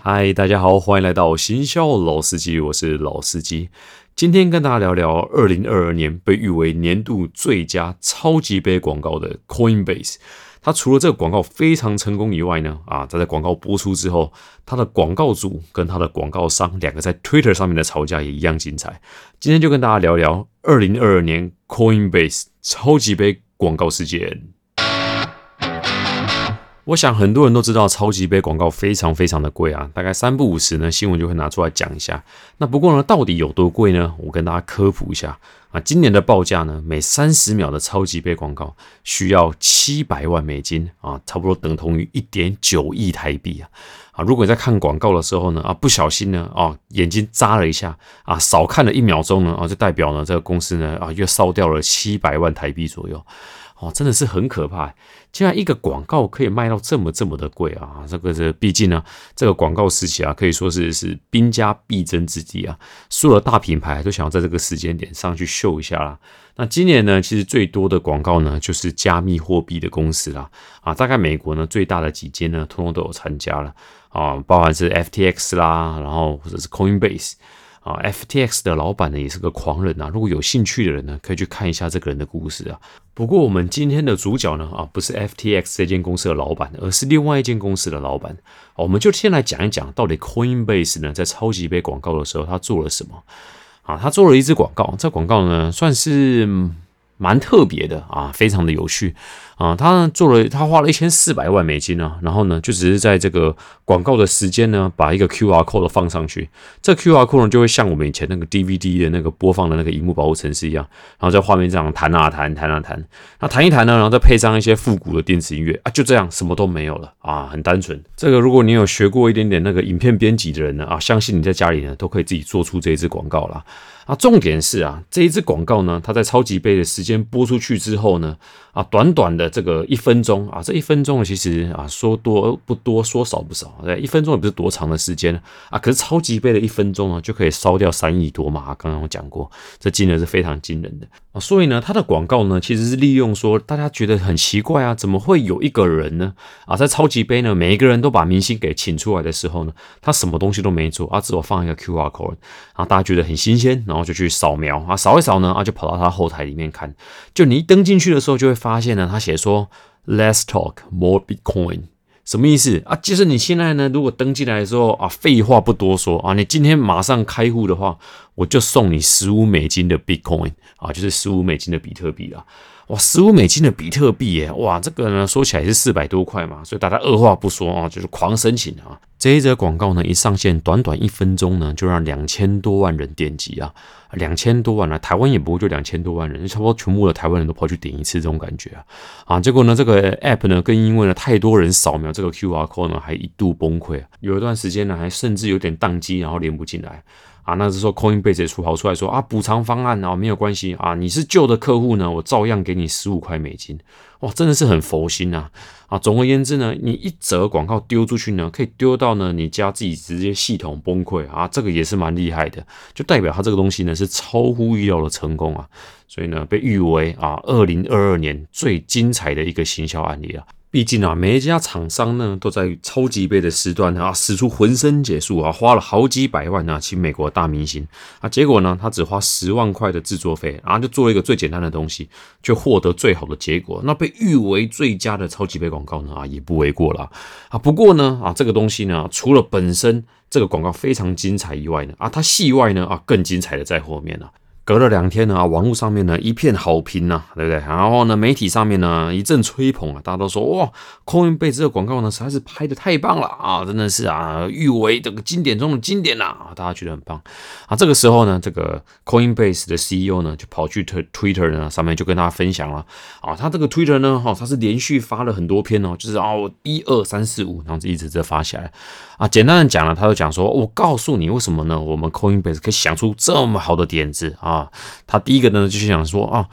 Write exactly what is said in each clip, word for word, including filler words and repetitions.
嗨，大家好，欢迎来到行销老司机，我是老司机。今天跟大家聊聊二零二二年被誉为年度最佳超级杯广告的 Coinbase。它除了这个广告非常成功以外呢，啊，在广告播出之后，它的广告主跟它的广告商两个在 Twitter 上面的吵架也一样精彩。今天就跟大家聊聊二零二二年 Coinbase 超级杯广告事件。我想很多人都知道超级杯广告非常非常的贵啊，大概三不五时呢新闻就会拿出来讲一下。那不过呢，到底有多贵呢？我跟大家科普一下啊，今年的报价呢，每三十秒的超级杯广告需要七百万美金啊，差不多等同于 一点九亿台币啊。啊，如果你在看广告的时候呢，啊，不小心呢，啊，眼睛眨了一下，啊，少看了一秒钟呢，啊，就代表呢，这个公司呢，啊，又烧掉了七百万台币左右。哦，真的是很可怕。竟然一个广告可以卖到这么这么的贵啊！这个是毕竟呢，这个广告时期啊，可以说是是兵家必争之地啊。所有的大品牌都想要在这个时间点上去秀一下啦。那今年呢，其实最多的广告呢，就是加密货币的公司啦。啊，大概美国呢最大的几间呢，通通都有参加了啊，包含是 F T X 啦，然后或者是 Coinbase。啊 ，F T X 的老板呢也是个狂人啊！如果有兴趣的人呢，可以去看一下这个人的故事啊。不过我们今天的主角呢，啊，不是 F T X 这间公司的老板，而是另外一间公司的老板。我们就先来讲一讲，到底 Coinbase 呢在超级杯广告的时候，他做了什么？啊，他做了一支广告，这广告呢算是蛮特别的啊，非常的有趣啊。他做了，他花了一千四百万美金啊，然后呢，就只是在这个广告的时间呢，把一个 Q R code 放上去。这 Q R code 呢，就会像我们以前那个 D V D 的那个播放的那个萤幕保护程式一样，然后在画面这样弹啊弹，弹啊弹。那弹一弹呢，然后再配上一些复古的电子音乐啊，就这样，什么都没有了啊，很单纯。这个如果你有学过一点点那个影片编辑的人呢，啊，相信你在家里呢都可以自己做出这一支广告啦。啊，重点是啊，这一支广告呢，它在超级杯的时间播出去之后呢，啊，短短的这个一分钟啊，这一分钟其实啊，说多不多，说少不少，对，一分钟也不是多长的时间啊，可是超级杯的一分钟呢，就可以烧掉三亿多嘛，刚刚我讲过，这金额是非常惊人的啊，所以呢，它的广告呢，其实是利用说大家觉得很奇怪啊，怎么会有一个人呢，啊，在超级杯呢，每一个人都把明星给请出来的时候呢，他什么东西都没做啊，只有放一个 Q R code， 然后大家觉得很新鲜，然后。然后就去扫描啊，扫一扫呢，啊，就跑到他后台里面看。就你一登进去的时候，就会发现呢，他写说 "Let's talk more Bitcoin"， 什么意思啊？就是你现在呢，如果登进来的时候啊，废话不多说啊，你今天马上开户的话，我就送你十五美金的 Bitcoin 啊，就是十五美金的比特币啦。哇，十五美金的比特币耶！哇，这个呢说起来是四百多块嘛，所以大家二话不说啊，就是狂申请啊。这一则广告呢，一上线短短一分钟呢，就让两千多万人点击啊，两千多万啊，台湾也不过就两千多万人，差不多全部的台湾人都跑去点一次，这种感觉啊。啊，结果呢，这个 app 呢，更因为呢太多人扫描这个 Q R code 呢，还一度崩溃啊，有一段时间呢，还甚至有点宕机，然后连不进来。啊，那时候 Coinbase 也出跑出来说啊，补偿方案啊，没有关系啊，你是旧的客户呢，我照样给你十五块美金，哇，真的是很佛心啊！啊，总而言之呢，你一则广告丢出去呢，可以丢到呢你家自己直接系统崩溃啊，这个也是蛮厉害的，就代表它这个东西呢是超乎意料的成功啊，所以呢被誉为啊二零二二年最精彩的一个行销案例啊。毕竟啊，每一家厂商呢都在超级杯的时段啊使出浑身解数啊，花了好几百万啊请美国大明星啊，结果呢他只花十万块的制作费，然后就做了一个最简单的东西，就获得最好的结果。那被誉为最佳的超级杯广告呢啊也不为过啦啊。不过呢啊这个东西呢，除了本身这个广告非常精彩以外呢啊，它戏外呢啊更精彩的在后面啊。隔了两天呢，网络上面呢一片好评啊，对不对？然后呢，媒体上面呢一阵吹捧啊，大家都说哇 ，Coinbase 这个广告呢实在是拍得太棒了啊，真的是啊，誉为这个经典中的经典啊，大家觉得很棒啊。这个时候呢，这个 Coinbase 的 C E O 呢就跑去 Twitter 呢上面就跟大家分享了啊，他这个 Twitter 呢，哈、哦，他是连续发了很多篇哦，就是啊，我一二三四五，然后一直在发起来啊。简单的讲呢，他就讲说，我告诉你为什么呢？我们 Coinbase 可以想出这么好的点子啊。他第一个呢，就是想说啊，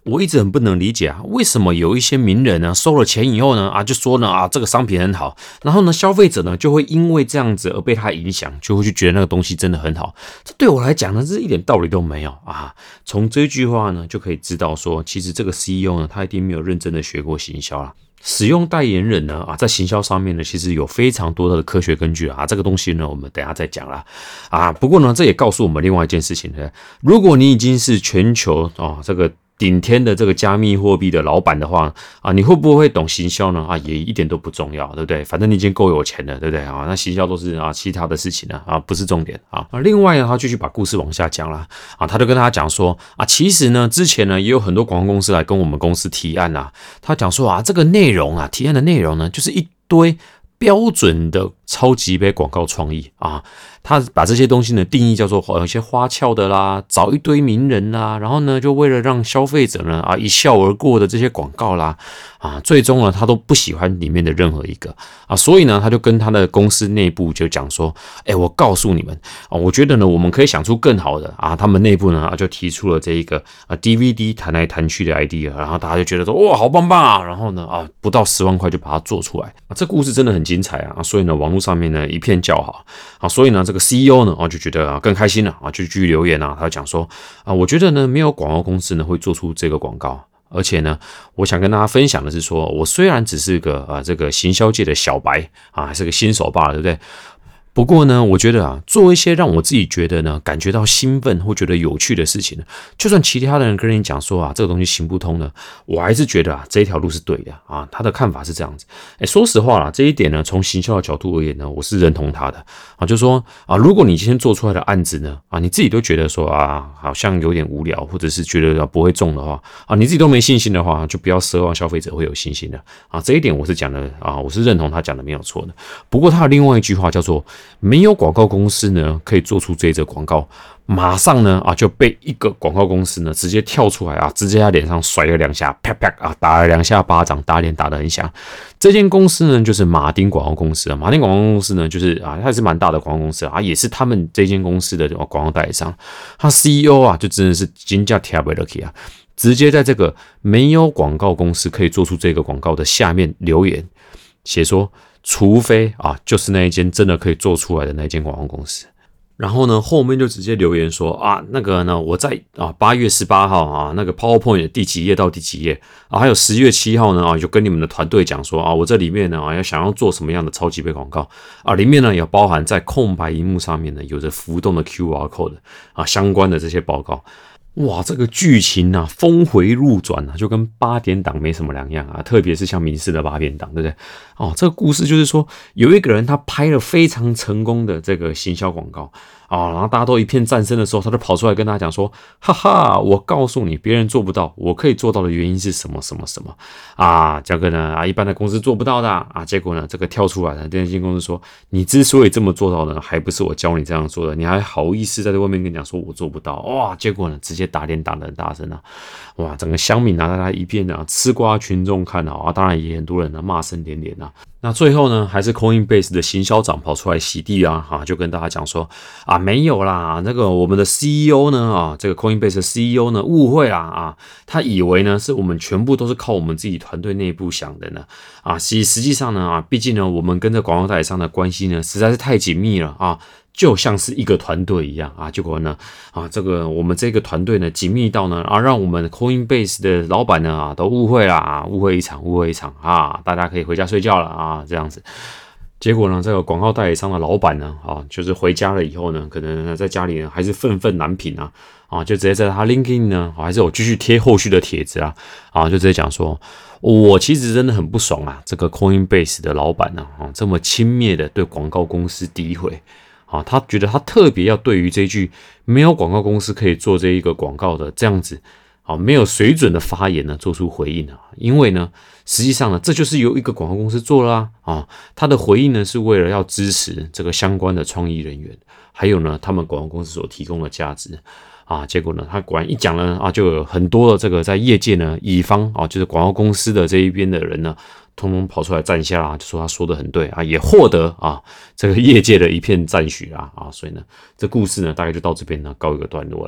我一直很不能理解啊，为什么有一些名人呢收了钱以后呢啊就说呢啊这个商品很好，然后呢消费者呢就会因为这样子而被他影响，就会去觉得那个东西真的很好。这对我来讲呢，这一点道理都没有啊。从这句话呢就可以知道说，其实这个 C E O 呢他一定没有认真的学过行销啦。使用代言人呢啊，在行销上面呢，其实有非常多的科学根据啊。这个东西呢，我们等一下再讲啦啊。不过呢，这也告诉我们另外一件事情呢，如果你已经是全球哦这个顶天的这个加密货币的老板的话啊，你会不会懂行销呢？啊，也一点都不重要，对不对？反正你已经够有钱了，对不对啊？那行销都是啊其他的事情了啊，不是重点啊。啊，另外呢，他继续把故事往下讲了啊，他就跟他讲说啊，其实呢，之前呢也有很多广告公司来跟我们公司提案啊，他讲说啊，这个内容啊，提案的内容呢，就是一堆标准的超级杯广告创意啊。他把这些东西呢定义叫做有一些花俏的啦，找一堆名人啦，然后呢就为了让消费者呢啊一笑而过的这些广告啦啊，最终呢他都不喜欢里面的任何一个啊，所以呢他就跟他的公司内部就讲说，哎，我告诉你们啊，我觉得呢我们可以想出更好的啊，他们内部呢啊就提出了这一个啊 D V D 弹来弹去的 idea， 然后大家就觉得说哇好棒棒啊，然后呢啊不到十万块就把它做出来啊，这故事真的很精彩啊，所以呢网络上面呢一片叫好啊，所以呢这个 C E O 呢，啊就觉得啊更开心了啊，就继续留言啊，他讲说啊，我觉得呢没有广告公司呢会做出这个广告，而且呢，我想跟大家分享的是说，我虽然只是个啊这个行销界的小白啊，还是个新手罢了，对不对？不过呢，我觉得啊，做一些让我自己觉得呢，感觉到兴奋或觉得有趣的事情呢，就算其他的人跟你讲说啊，这个东西行不通呢，我还是觉得啊，这一条路是对的啊。他的看法是这样子。哎，说实话啦，这一点呢，从行销的角度而言呢，我是认同他的啊。就说啊，如果你今天做出来的案子呢，啊，你自己都觉得说啊，好像有点无聊，或者是觉得不会中的话啊，你自己都没信心的话，就不要奢望消费者会有信心的啊。这一点我是讲的啊，我是认同他讲的没有错的。不过他的另外一句话叫做，没有广告公司呢可以做出这一则广告，马上呢啊就被一个广告公司呢直接跳出来啊，直接在脸上甩了两下，啪啪啊打了两下巴掌，打脸打得很响。这间公司呢就是马丁广告公司啊，马丁广告公司呢就是啊，它也是蛮大的广告公司啊，也是他们这间公司的广告代理商。他 C E O 啊就真的是真叫跳不起啊，直接在这个没有广告公司可以做出这个广告的下面留言写说，除非啊，就是那一间真的可以做出来的那一间广告公司。然后呢，后面就直接留言说啊，那个呢，我在啊八月十八号啊，那个 PowerPoint 的第几页到第几页啊，还有十月七号呢啊，就跟你们的团队讲说啊，我这里面呢啊，要想要做什么样的超级杯广告啊，里面呢也包含在空白荧幕上面呢有着浮动的 Q R code 啊，相关的这些报告。哇，这个剧情啊，峰回路转啊，就跟八点档没什么两样啊，特别是像民视的八点档，对不对？哦，这个故事就是说，有一个人他拍了非常成功的这个行销广告啊，然后大家都一片赞声的时候，他就跑出来跟大家讲说，哈哈，我告诉你，别人做不到，我可以做到的原因是什么什么什么啊？这个呢啊，一般的公司做不到的啊，结果呢，这个跳出来的电信公司说，你之所以这么做到呢，还不是我教你这样做的，你还好意思在这外面跟你讲说我做不到，哇，结果呢，直接打脸打得很大声啊，哇，整个乡民啊，大家一片啊，吃瓜群众看好啊，当然也很多人呢骂声连连啊。那最后呢，还是 Coinbase 的行销长跑出来洗地啊，哈，就跟大家讲说啊，没有啦，那个我们的 C E O 呢，啊，这个 Coinbase 的 C E O 呢误会啦啊，他以为呢是我们全部都是靠我们自己团队内部想的呢，啊，实实际上呢啊，毕竟呢我们跟这广告代理商的关系呢实在是太紧密了啊。就像是一个团队一样啊，结果呢啊，这个我们这个团队呢紧密到呢啊，让我们 Coinbase 的老板呢啊都误会了啊，误会一场，误会一场啊，大家可以回家睡觉了啊，这样子。结果呢，这个广告代理商的老板呢啊，就是回家了以后呢，可能在家里呢还是愤愤难平啊啊，就直接在他 LinkedIn 呢，还是有继续贴后续的帖子啊啊，就直接讲说，我其实真的很不爽啊，这个 Coinbase 的老板呢啊，这么轻蔑的对广告公司诋毁。啊，他觉得他特别要对于这句没有广告公司可以做这一个广告的这样子啊没有水准的发言呢做出回应啊，因为呢实际上呢这就是由一个广告公司做了啊啊，他的回应呢是为了要支持这个相关的创意人员，还有呢他们广告公司所提供的价值啊，结果呢他果然一讲呢啊，就有很多的这个在业界呢乙方啊，就是广告公司的这一边的人呢。通通跑出来站下啊，就说他说的很对啊，也获得啊这个业界的一片赞许啊啊，所以呢，这故事呢大概就到这边呢告一个段落啦。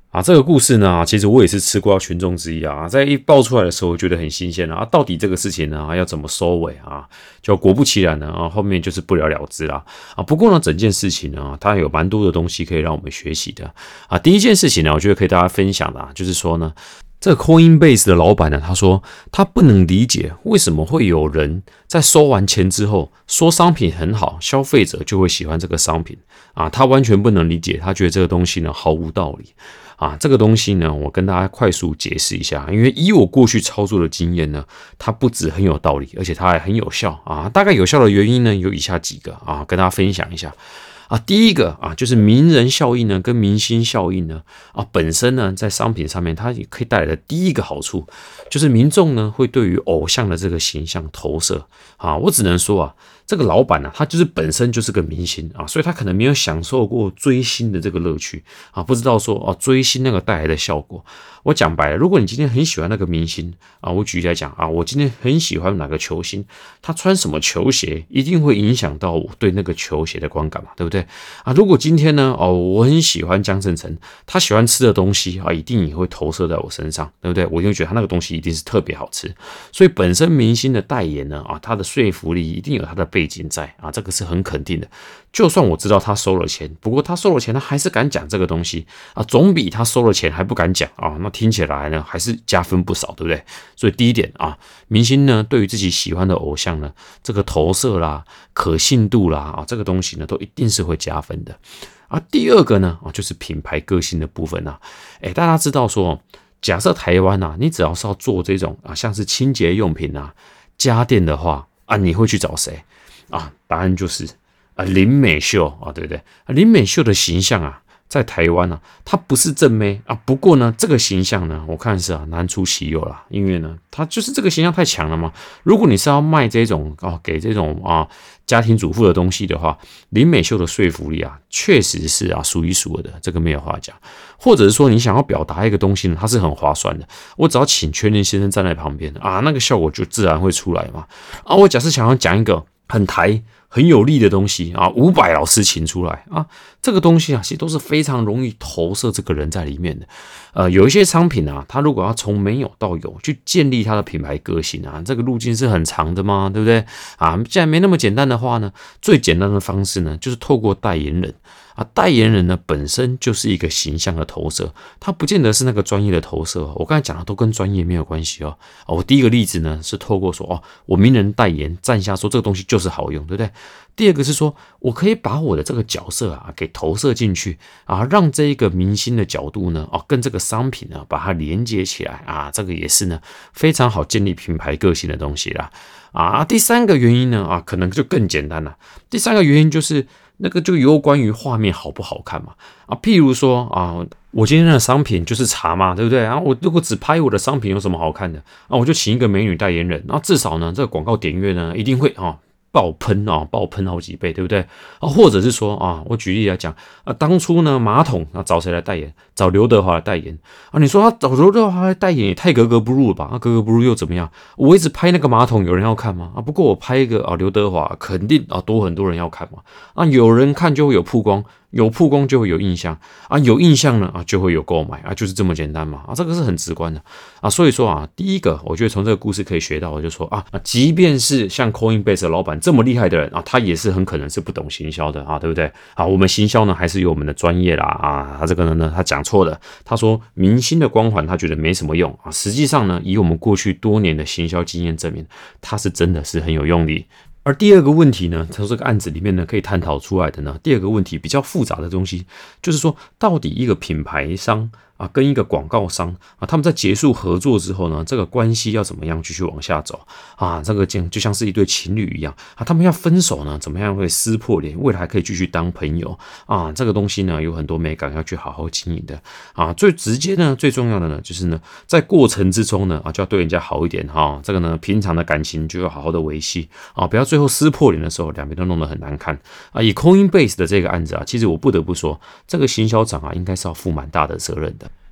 啊，这个故事呢，其实我也是吃瓜群众之一啊。在一爆出来的时候，我觉得很新鲜啊。到底这个事情呢，要怎么收尾啊？就果不其然呢，啊，后面就是不了了之啦。啊，不过呢，整件事情呢，它有蛮多的东西可以让我们学习的啊。第一件事情呢，我觉得可以大家分享的啊，就是说呢，这个 Coinbase 的老板呢，他说他不能理解为什么会有人在收完钱之后说商品很好，消费者就会喜欢这个商品啊。他完全不能理解，他觉得这个东西呢毫无道理。啊，这个东西呢，我跟大家快速解释一下，因为以我过去操作的经验呢，它不止很有道理，而且它还很有效啊。大概有效的原因呢，有以下几个啊，跟大家分享一下。啊，第一个啊，就是名人效应呢，跟明星效应呢，啊，本身呢，在商品上面，它也可以带来的第一个好处，就是民众呢，会对于偶像的这个形象投射啊。我只能说啊，这个老板呢、啊，他就是本身就是个明星啊，所以他可能没有享受过追星的这个乐趣啊，不知道说哦、啊，追星那个带来的效果。我讲白了，如果你今天很喜欢那个明星啊，我举例来讲啊，我今天很喜欢哪个球星，他穿什么球鞋，一定会影响到我对那个球鞋的观感嘛，对不对？啊，如果今天呢，哦，我很喜欢江振诚，他喜欢吃的东西啊，一定也会投射在我身上，对不对？我就觉得他那个东西一定是特别好吃，所以本身明星的代言呢，啊，他的说服力一定有他的背景在啊，这个是很肯定的。就算我知道他收了钱，不过他收了钱，他还是敢讲这个东西啊，总比他收了钱还不敢讲啊，那听起来呢还是加分不少，对不对？所以第一点啊，明星呢对于自己喜欢的偶像呢，这个投射啦、可信度啦啊，这个东西呢都一定是会加分的啊。第二个呢啊，就是品牌个性的部分啊，哎，大家知道说，假设台湾啊，你只要是要做这种啊，像是清洁用品啊、家电的话啊，你会去找谁啊？答案就是啊，林美秀啊，对不对？啊，林美秀的形象啊，在台湾啊，她不是正妹啊，不过呢，这个形象呢，我看是啊难出其右啦，因为呢，她就是这个形象太强了嘛。如果你是要卖这种啊，给这种啊家庭主妇的东西的话，林美秀的说服力啊，确实是啊数一数二的，这个没有话讲。或者是说，你想要表达一个东西呢，它是很划算的，我只要请全联先生站在旁边啊，那个效果就自然会出来嘛。啊，我假设想要讲一个很台。很有力的东西啊，伍佰老师请出来啊，这个东西啊，其实都是非常容易投射这个人在里面的。呃，有一些商品啊，它如果要从没有到有去建立它的品牌个性啊，这个路径是很长的嘛，对不对？啊，既然没那么简单的话呢，最简单的方式呢，就是透过代言人。啊，代言人呢本身就是一个形象的投射，他不见得是那个专业的投射。我刚才讲的都跟专业没有关系哦。哦，我第一个例子呢是透过说哦，我名人代言站下说这个东西就是好用，对不对？第二个是说我可以把我的这个角色啊给投射进去啊，让这一个明星的角度呢哦跟这个商品呢把它连接起来啊，这个也是呢非常好建立品牌个性的东西啦。啊，第三个原因呢啊可能就更简单了。第三个原因就是那个就有关于画面好不好看嘛啊，譬如说啊，我今天的商品就是茶嘛，对不对啊？我如果只拍我的商品有什么好看的啊？我就请一个美女代言人，然后至少呢这个广告点阅呢一定会啊。爆喷啊，爆喷好几倍，对不对啊？或者是说啊，我举例来讲啊，当初呢马桶啊找谁来代言？找刘德华来代言啊？你说他找刘德华来代言也太格格不入了吧？啊，格格不入又怎么样？我一直拍那个马桶，有人要看吗？啊，不过我拍一个啊刘德华，肯定啊多很多人要看嘛。啊，有人看就会有曝光。有曝光就会有印象啊，有印象呢啊就会有购买啊，就是这么简单嘛啊，这个是很直观的啊，所以说啊，第一个我觉得从这个故事可以学到，我就说啊，即便是像 Coinbase 的老板这么厉害的人啊，他也是很可能是不懂行销的啊，对不对啊？我们行销呢还是有我们的专业啦啊，他这个人呢他讲错了，他说明星的光环他觉得没什么用啊，实际上呢，以我们过去多年的行销经验证明，他是真的是很有用的。而第二个问题呢，从这个案子里面呢可以探讨出来的呢，第二个问题比较复杂的东西，就是说到底一个品牌商啊跟一个广告商啊，他们在结束合作之后呢，这个关系要怎么样继续往下走啊？这个就像是一对情侣一样啊，他们要分手呢，怎么样会撕破脸，未来还可以继续当朋友啊？这个东西呢有很多美感要去好好经营的啊。最直接呢，最重要的呢，就是呢在过程之中呢啊，就要对人家好一点哈、啊。这个呢平常的感情就要好好的维系啊，不要最后撕破脸的时候，两边都弄得很难看啊。以 Coinbase 的这个案子啊，其实我不得不说，这个行销长啊，应该是要负蛮大的责任的。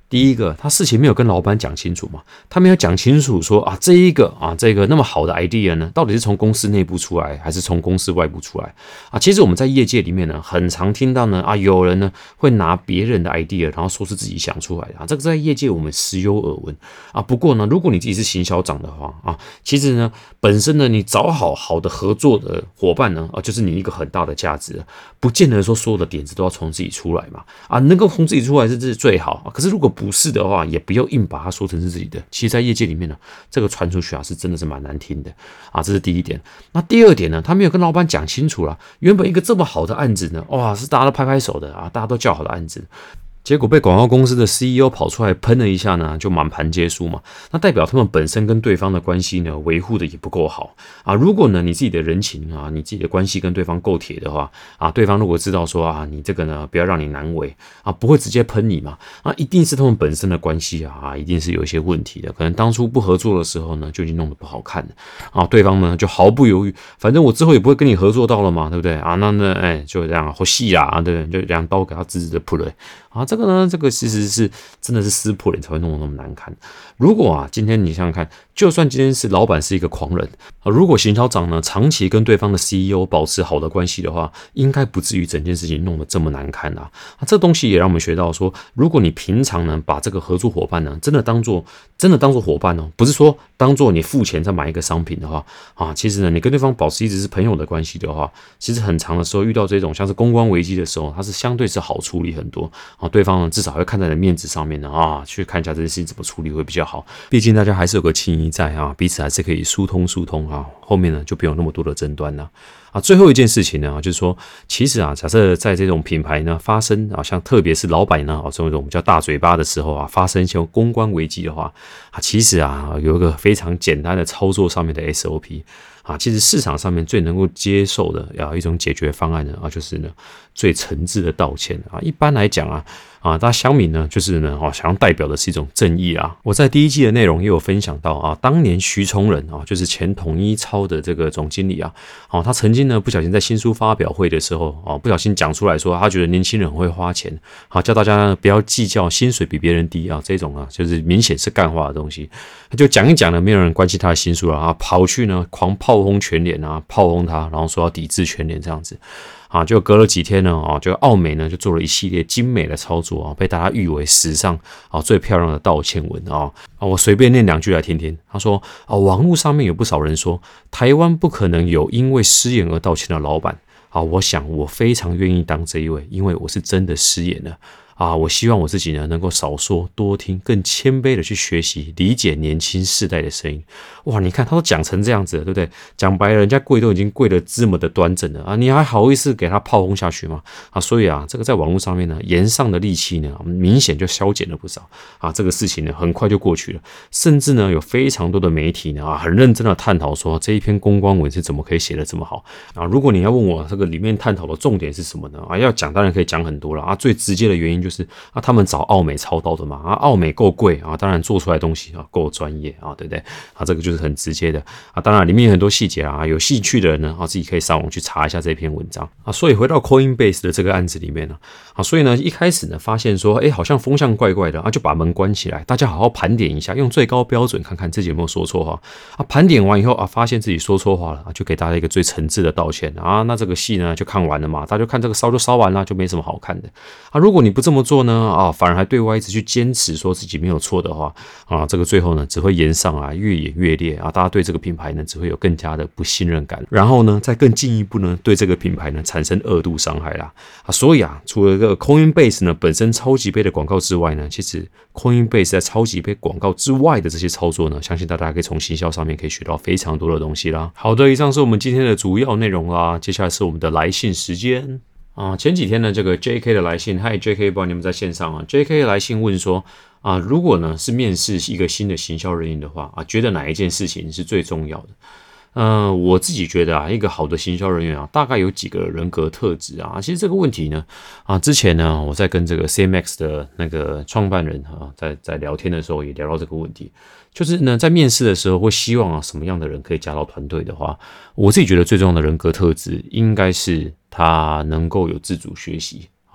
第一个，他事情没有跟老板讲清楚嘛，他没有讲清楚说啊，这一个啊，这个那么好的 idea 呢，到底是从公司内部出来，还是从公司外部出来啊？其实我们在业界里面呢，很常听到呢啊，有人呢会拿别人的 idea，然后说是自己想出来的啊，这个在业界我们时有耳闻啊。不过呢，如果你自己是行销长的话啊，其实呢，本身呢，你找好好的合作的伙伴呢，啊，就是你一个很大的价值，不见得说所有的点子都要从自己出来嘛，啊，能够从自己出来是是最好啊。可是如果不是的话，也不要硬把它说成是自己的。其实，在业界里面呢，这个传出去啊，是真的是蛮难听的啊。这是第一点。那第二点呢，他没有跟老板讲清楚啦。原本一个这么好的案子呢，哇，是大家都拍拍手的啊，大家都叫好的案子。结果被广告公司的 C E O 跑出来喷了一下呢，就满盘皆输嘛。那代表他们本身跟对方的关系呢，维护的也不够好啊。如果呢你自己的人情啊，你自己的关系跟对方够铁的话啊，对方如果知道说啊，你这个呢不要让你难为啊，不会直接喷你嘛。啊，一定是他们本身的关系啊，一定是有一些问题的。可能当初不合作的时候呢，就已经弄得不好看了啊。对方呢就毫不犹豫，反正我之后也不会跟你合作到了嘛，对不对啊？那呢，哎，就这样好戏啊，对不对？就两刀给他直直的扑了啊。这个呢，这个其实是真的是撕破脸才会弄得那么难看。如果啊，今天你想想看，就算今天是老板是一个狂人啊，如果行销长呢长期跟对方的 C E O 保持好的关系的话，应该不至于整件事情弄得这么难看啊。啊，这东西也让我们学到说，如果你平常呢把这个合作伙伴呢真的当做真的当做伙伴哦，不是说当做你付钱再买一个商品的话啊，其实呢你跟对方保持一直是朋友的关系的话，其实很长的时候遇到这种像是公关危机的时候，它是相对是好处理很多啊。对方呢至少会看在你的面子上面呢啊，去看一下这件事情怎么处理会比较好。毕竟大家还是有个情谊在啊，彼此还是可以疏通疏通啊，后面呢就不用那么多的争端了啊。最后一件事情呢，就是说，其实啊，假设在这种品牌呢发生啊，像特别是老板呢啊这种比较大嘴巴的时候啊，发生一些公关危机的话啊，其实啊有一个非常简单的操作上面的 S O P。啊，其实市场上面最能够接受的啊一种解决方案呢啊，就是呢最诚挚的道歉啊。一般来讲啊啊，大家乡民呢就是呢啊想要代表的是一种正义啊。我在第一季的内容也有分享到啊，当年徐崇仁啊，就是前统一超的这个总经理啊，哦、啊，他曾经呢不小心在新书发表会的时候啊，不小心讲出来说他觉得年轻人很会花钱，好、啊、叫大家呢不要计较薪水比别人低啊，这种啊就是明显是干话的东西，他就讲一讲呢，没有人关心他的新书了啊，跑去呢狂炮轰全联啊，炮轰他，然后说要抵制全联这样子。啊，就隔了几天呢，啊，就奥美呢就做了一系列精美的操作啊，被大家誉为史上啊最漂亮的道歉文啊。啊，我随便念两句来听听。他说啊，网络上面有不少人说，台湾不可能有因为失言而道歉的老板。啊，我想我非常愿意当这一位，因为我是真的失言了。啊，我希望我自己呢能够少说多听，更谦卑的去学习理解年轻世代的声音。哇，你看他都讲成这样子了，对不对？讲白了，人家跪都已经跪得这么的端正了啊，你还好意思给他炮轰下去吗？啊，所以啊，这个在网络上面呢，言上的戾气呢，明显就消减了不少啊。这个事情呢，很快就过去了，甚至呢，有非常多的媒体呢啊，很认真的探讨说这一篇公关文是怎么可以写得这么好啊。如果你要问我这个里面探讨的重点是什么呢？啊，要讲当然可以讲很多了啊，最直接的原因就是。就是啊，他们找奥美抄到的嘛，啊，奥美够贵啊，当然做出来的东西啊够专业啊，对不对？啊，这个就是很直接的啊，当然里面有很多细节啊，有兴趣的人呢啊，自己可以上网去查一下这篇文章啊。所以回到 Coinbase 的这个案子里面呢，啊，所以呢一开始呢发现说，哎，好像风向怪怪的啊，就把门关起来，大家好好盘点一下，用最高标准看看自己有没有说错话啊。盘点完以后啊，发现自己说错话了啊，就给大家一个最诚挚的道歉啊。那这个戏呢就看完了嘛，大家就看这个烧就烧完了，就没什么好看的啊。如果你不这么做呢啊，反而还对外一直去坚持说自己没有错的话啊，这个最后呢只会演上啊越演越烈啊，大家对这个品牌呢只会有更加的不信任感，然后呢再更进一步呢对这个品牌呢产生二度伤害啦啊。所以啊，除了这个 Coinbase 呢本身超级杯的广告之外呢，其实 Coinbase 在超级杯广告之外的这些操作呢，相信大家可以从行销上面可以学到非常多的东西啦。好的，以上是我们今天的主要内容啦，接下来是我们的来信时间。啊，前几天呢，这个 J K 的来信，嗨 J K， 不知道你们在线上啊 ？J K 来信问说啊，如果呢是面试一个新的行销人员的话啊，觉得哪一件事情是最重要的？呃，我自己觉得啊，一个好的行销人员啊，大概有几个人格特质啊。其实这个问题呢，啊，之前呢，我在跟这个 C M X 的那个创办人啊，在在聊天的时候也聊到这个问题，就是呢，在面试的时候会希望啊，什么样的人可以加到团队的话，我自己觉得最重要的人格特质应该是他能够有自主学习。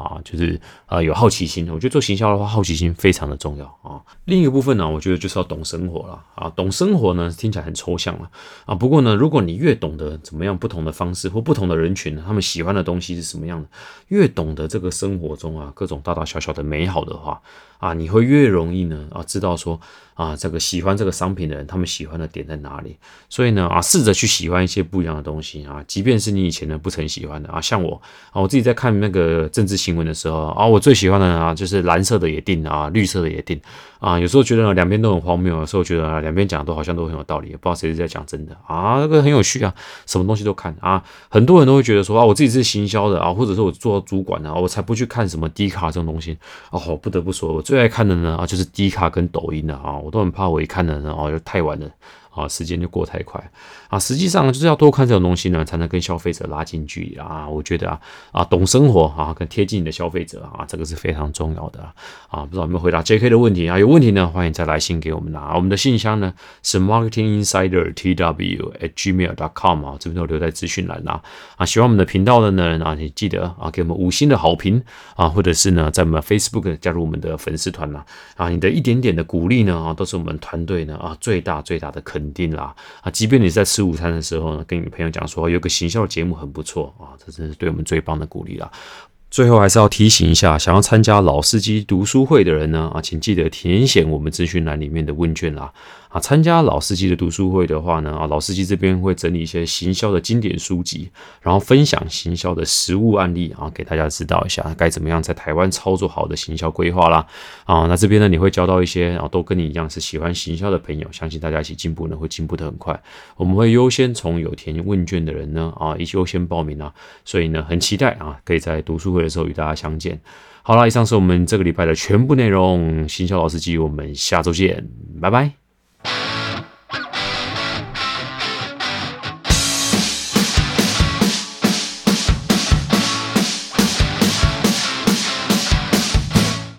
啊，就是呃有好奇心。我觉得做行销的话，好奇心非常的重要啊。另一个部分呢，我觉得就是要懂生活了啊。懂生活呢，听起来很抽象了啊。不过呢，如果你越懂得怎么样不同的方式或不同的人群，他们喜欢的东西是什么样的，越懂得这个生活中啊各种大大小小的美好的话啊，你会越容易呢啊知道说啊这个喜欢这个商品的人，他们喜欢的点在哪里。所以呢啊，试着去喜欢一些不一样的东西啊，即便是你以前呢不曾喜欢的啊，像我啊，我自己在看那个政治新闻的时候啊，我最喜欢的啊就是蓝色的也定啊，绿色的也定啊，有时候觉得两边都很荒谬，有时候觉得两边讲的都好像都很有道理，也不知道谁是在讲真的啊，那个很有趣啊，什么东西都看啊，很多人都会觉得说啊，我自己是行销的啊，或者说我做主管啊，我才不去看什么 D 卡这种东西哦，我不得不说，我最爱看的呢啊就是 D 卡跟抖音的啊，我都很怕我一看的呢哦就太晚了。啊，时间就过太快啊！实际上就是要多看这种东西呢，才能跟消费者拉近距离啊。我觉得啊啊，懂生活啊，跟贴近你的消费者啊，这个是非常重要的啊。不知道有没有回答 J K 的问题啊？有问题呢，欢迎再来信给我们啊。我们的信箱呢是 marketing insider t w at gmail dot com 啊，这边都留在资讯栏啦。啊，喜欢我们的频道的呢啊，你记得啊给我们五星的好评啊，或者是呢在我们 Facebook 加入我们的粉丝团啦啊，你的一点点的鼓励呢啊，都是我们团队呢啊最大最大的肯定啦啊！即便你在吃午餐的时候呢，跟你朋友讲说有个行销节目很不错啊，这真是对我们最棒的鼓励啦。最后还是要提醒一下，想要参加老司机读书会的人呢啊，请记得填写我们资讯栏里面的问卷啦。啊，参加老司机的读书会的话呢，啊，老司机这边会整理一些行销的经典书籍，然后分享行销的实务案例啊，给大家知道一下该怎么样在台湾操作好的行销规划啦。啊，那这边呢，你会交到一些啊，都跟你一样是喜欢行销的朋友，相信大家一起进步呢，会进步得很快。我们会优先从有填问卷的人呢啊，一优先报名啊，所以呢，很期待啊，可以在读书会的时候与大家相见。好啦，以上是我们这个礼拜的全部内容，行销老司机，我们下周见，拜拜。